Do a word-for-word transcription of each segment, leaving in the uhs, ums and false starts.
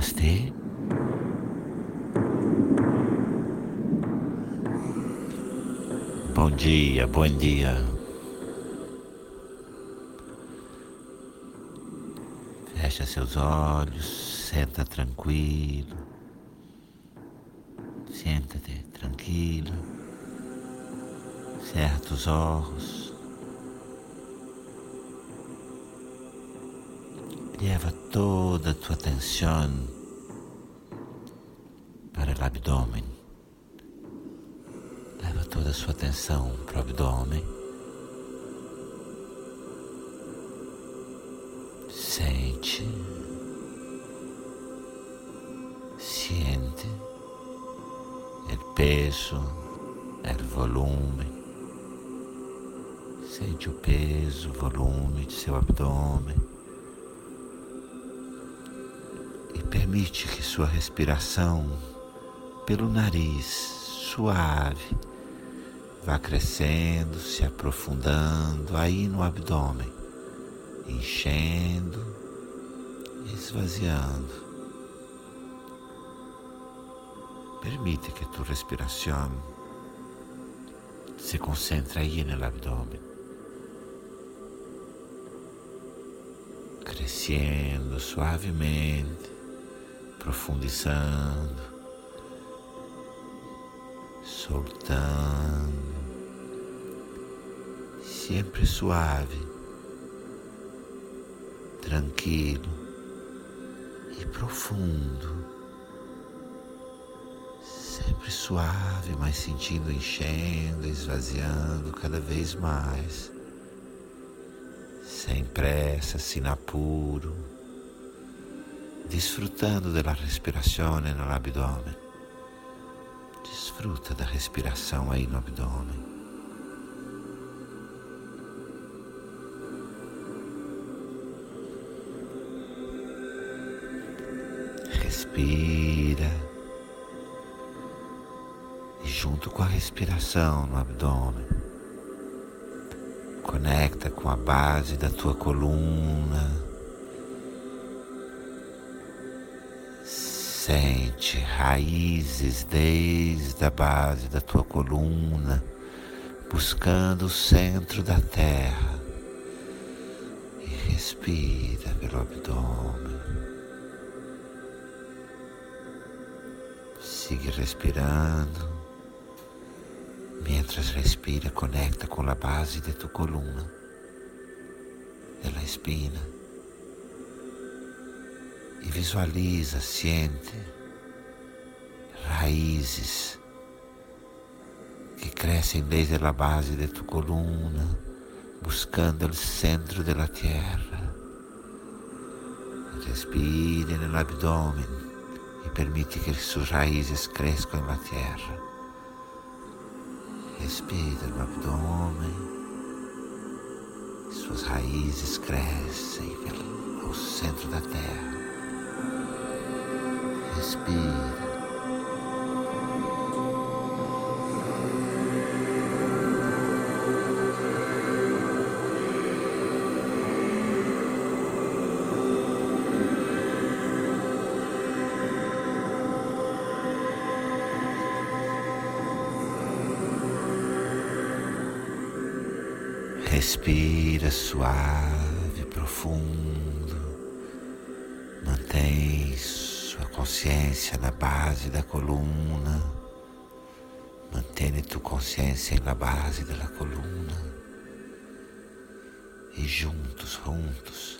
Namastê. Bom dia, bom dia. Fecha seus olhos, senta tranquilo. Senta-te tranquilo. Cerra os olhos. Leva toda a tua atenção para o abdômen. Leva toda a sua atenção para o abdômen. Sente, siente o peso, o volume. Sente o peso, o volume de seu abdômen. E permite que sua respiração pelo nariz suave vá crescendo, se aprofundando aí no abdômen, enchendo, esvaziando. Permite que tu respiração se concentre aí no abdômen, crescendo suavemente, profundizando, soltando, sempre suave, tranquilo e profundo, sempre suave, mas sentindo enchendo, esvaziando cada vez mais, sem pressa, sem apuro, desfrutando da respiração no abdômen. Desfruta da respiração aí no abdômen. Respira. E junto com a respiração no abdômen, conecta com a base da tua coluna. Sente raízes desde a base da tua coluna, buscando o centro da terra. E respira pelo abdômen. Sigue respirando. Mientras respira, conecta com a base de tu coluna, de la espina. E visualiza, siente raízes que crescem desde a base de tu coluna, buscando o centro da terra. Respire no abdômen e permite que suas raízes cresçam na terra. Respira no abdômen, suas raízes crescem ao centro da terra. Respira. Respira suave, profundo. Mantém sua consciência na base da coluna. Mantém tua consciência na base da coluna. E juntos, juntos,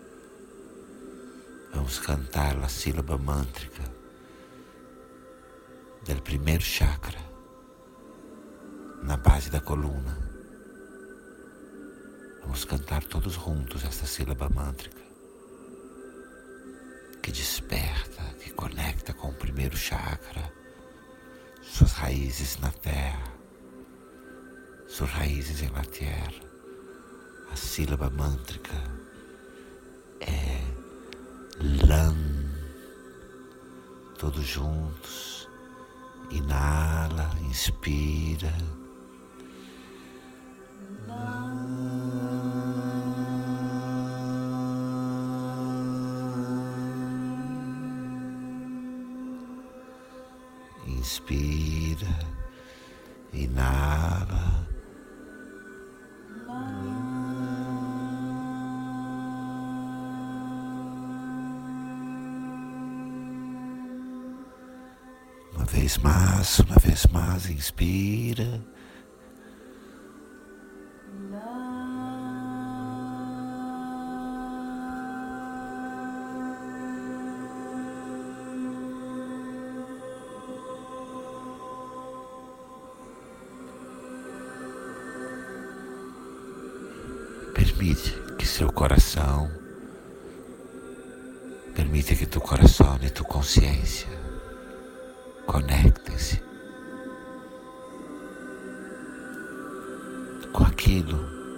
vamos cantar a sílaba mântrica do primeiro chakra na base da coluna. Vamos cantar todos juntos esta sílaba mântrica que desperta, que conecta com o primeiro chakra, suas raízes na terra, suas raízes na terra. A sílaba mântrica é Lam. Todos juntos, inala, inspira. Respira, inala. Uma vez mais, uma vez mais, inspira. Permite que seu coração, permite que tu coração e tu consciência conectem-se com aquilo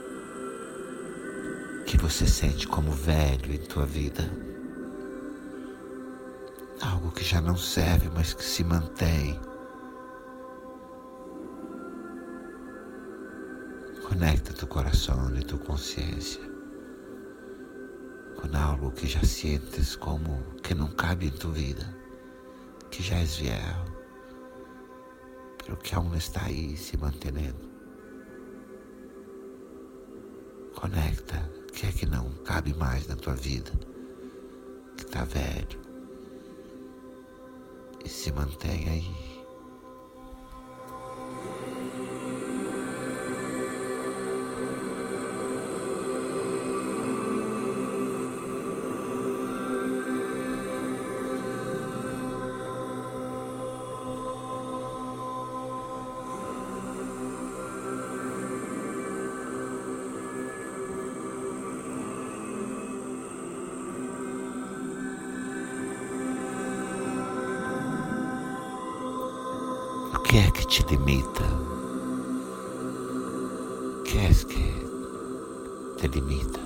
que você sente como velho em tua vida. Algo que já não serve, mas que se mantém. Conecta teu coração e tua consciência com algo que já sientes como que não cabe em tua vida, que já é viejo, pero que aún está aí se mantendo. Conecta o que é que não cabe mais na tua vida, que está velho, e se mantém aí. O que é que te limita? O que é que te limita?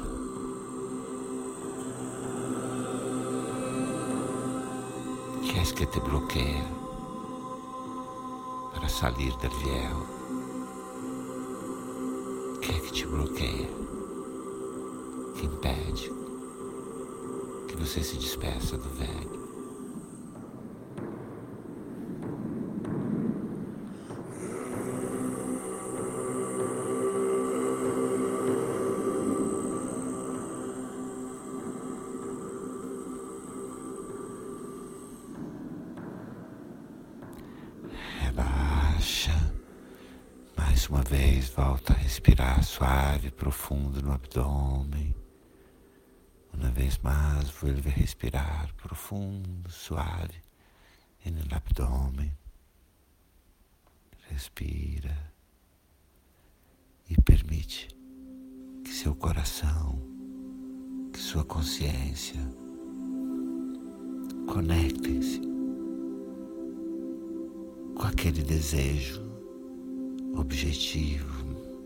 O que é que te bloqueia para sair do viejo? O que é que te bloqueia? Que impede que você se despeça do velho? Relaxa. Mais uma vez, volta a respirar suave, profundo no abdômen. Uma vez mais, vuelve a respirar profundo, suave no abdômen. Respira e permite que seu coração, que sua consciência conectem-se com aquele desejo, objetivo,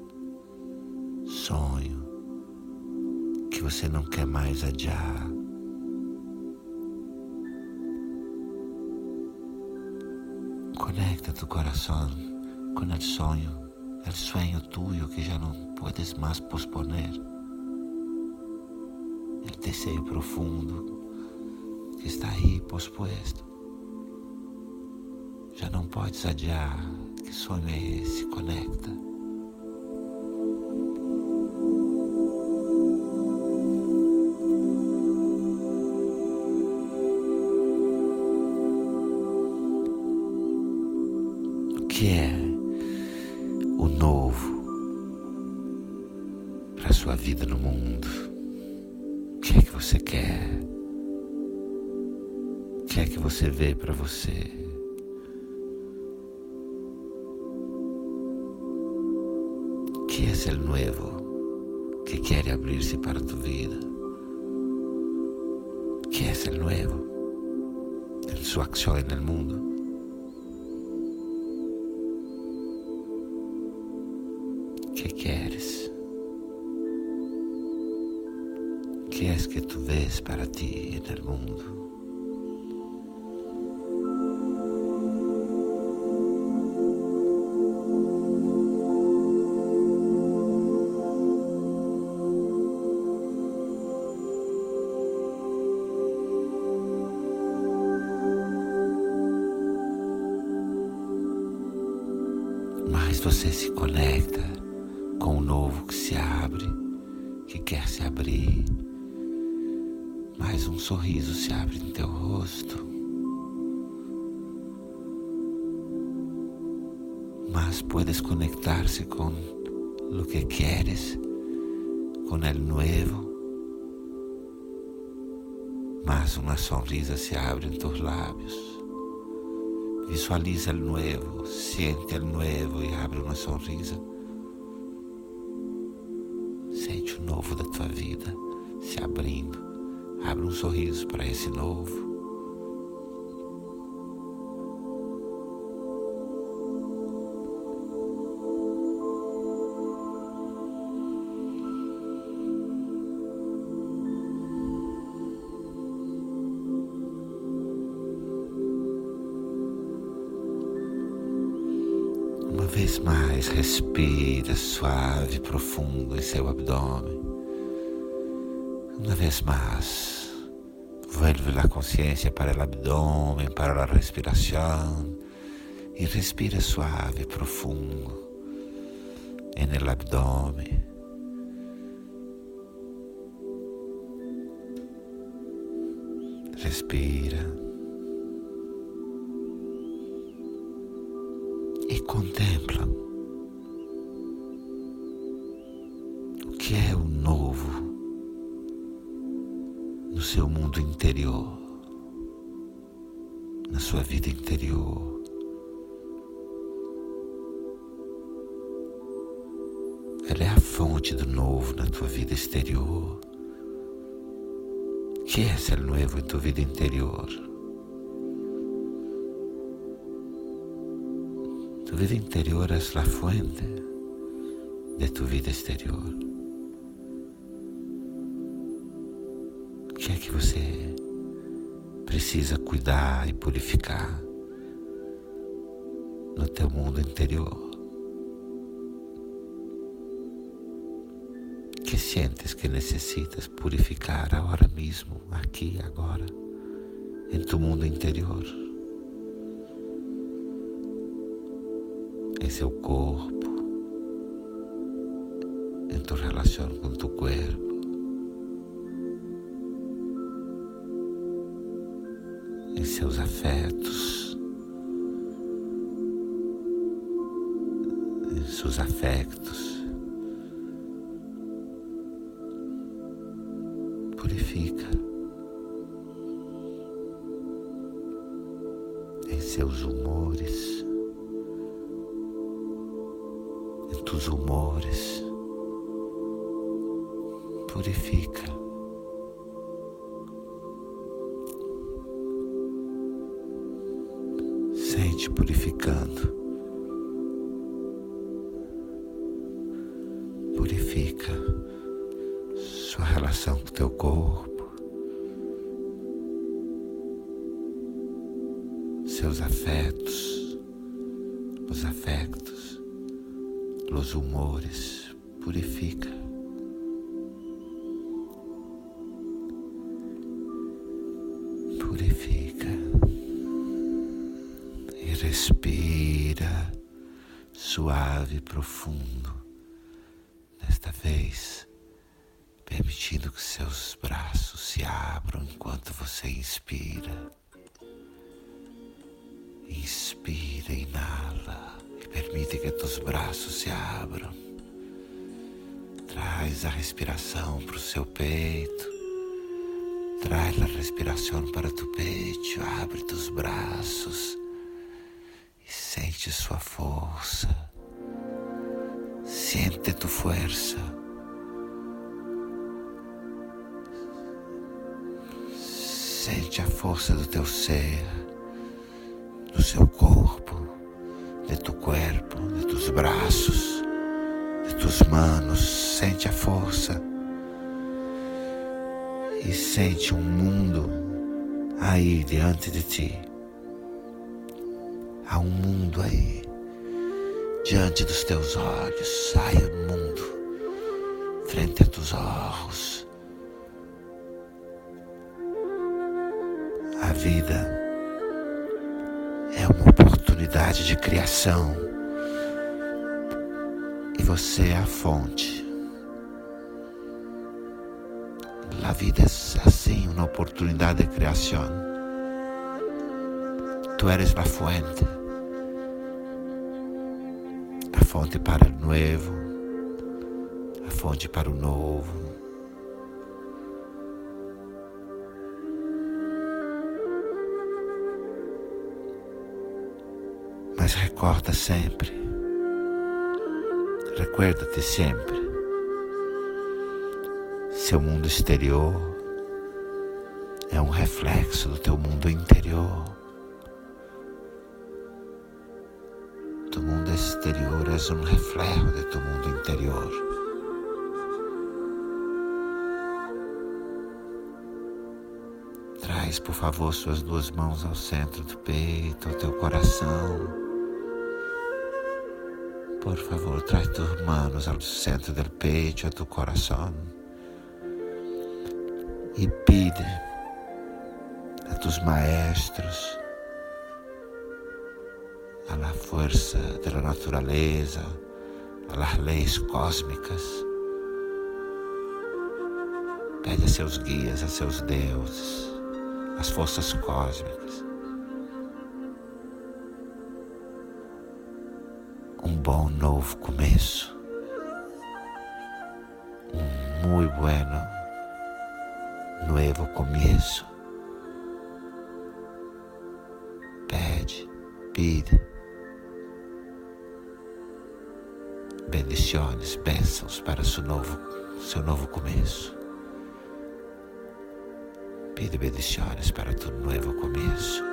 sonho que você não quer mais adiar. Conecta tu coração com o sonho, o sonho tuyo que já não puedes mais posponer. O desejo profundo que está aí pospuesto. Já não podes adiar. Que sonho é esse? Conecta. O que é o novo para a sua vida no mundo? O que é que você quer? O que é que você vê para você? ¿Qué es el nuevo que quiere abrirse para tu vida? ¿Qué es el nuevo en su acción en el mundo? ¿Qué quieres? ¿Qué es que tú ves para ti en el mundo? você se conecta com o novo que se abre, que quer se abrir. Mais um sorriso se abre em teu rosto. Mas puedes conectar-se com lo que quieres, com el nuevo. Mas uma sonrisa se abre em tus lábios. Visualiza el nuevo, siente el nuevo e abre uma sonrisa. Sente o novo da tua vida se abrindo. Abre um sorriso para esse novo. Uma vez mais, respira suave e profundo em seu abdômen. Uma vez mais, vuelve a consciência para o abdômen, para a respiração, e respira suave e profundo em el abdômen. Respira. E contempla o que é o novo no seu mundo interior, na sua vida interior. Ela é a fonte do novo na tua vida exterior. O que é ser novo em tua vida interior? Tu vida interior é a fuente de tu vida exterior. O que é que você precisa cuidar e purificar no teu mundo interior? O que sentes que necessitas purificar agora mesmo, aqui, agora, em tu mundo interior? Em seu corpo, em tua relação com tu corpo, em seus afetos, em seus afectos. Purifica em seus humores, em tus humores. Purifica. Sente purificando. Purifica sua relação com o teu corpo, seus afetos, os afectos, os humores. Purifica. Purifica. E respira suave e profundo. Desta vez, permitindo que seus braços se abram enquanto você inspira. Inspira, inala e permite que teus braços se abram. Traz a respiração para o seu peito. Traz a respiração para tu peito. Abre teus braços e sente sua força. Siente tu força. Sente a força do teu ser, do seu corpo, de tu corpo, de tus braços, de tus manos. Sente a força e sente um mundo aí diante de ti. Há um mundo aí diante dos teus olhos. Há um mundo frente a tus olhos. A vida é uma oportunidade de criação você é a fonte. A vida é assim, uma oportunidade de criação. Tu eres a fuente. A fonte para o novo, a fonte para o novo. Mas recorda sempre, recuerda-te sempre, seu mundo exterior é um reflexo do teu mundo interior. Tu mundo exterior é um reflejo de tu mundo interior. Traz, por favor, suas duas mãos ao centro do peito, ao teu coração. Por favor, traz tus manos ao centro do peito, a tu coração. E pide a tus maestros, a la fuerza de la naturaleza, a las leis cósmicas. Pede a seus guias, a seus deuses, as forças cósmicas, um bom novo começo, um muito bueno novo começo. Pede, pide bendições, bênçãos para seu novo, seu novo começo. Pide bendições para tu novo começo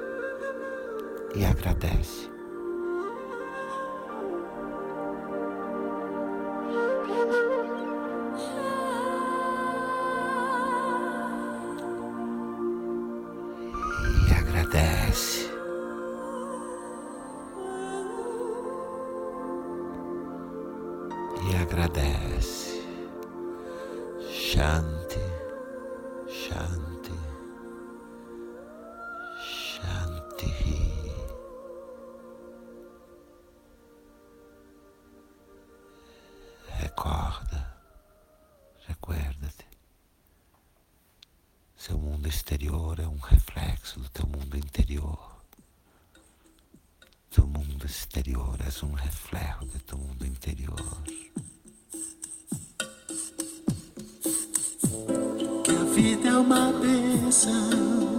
e agradece. E agradece. E agradece. Shanti, Shanti, Shanti. Recorda, recuerda-te. Seu mundo exterior é um reflexo do teu mundo interior. Teu mundo exterior é um reflexo de teu mundo interior. Que a vida é uma bênção.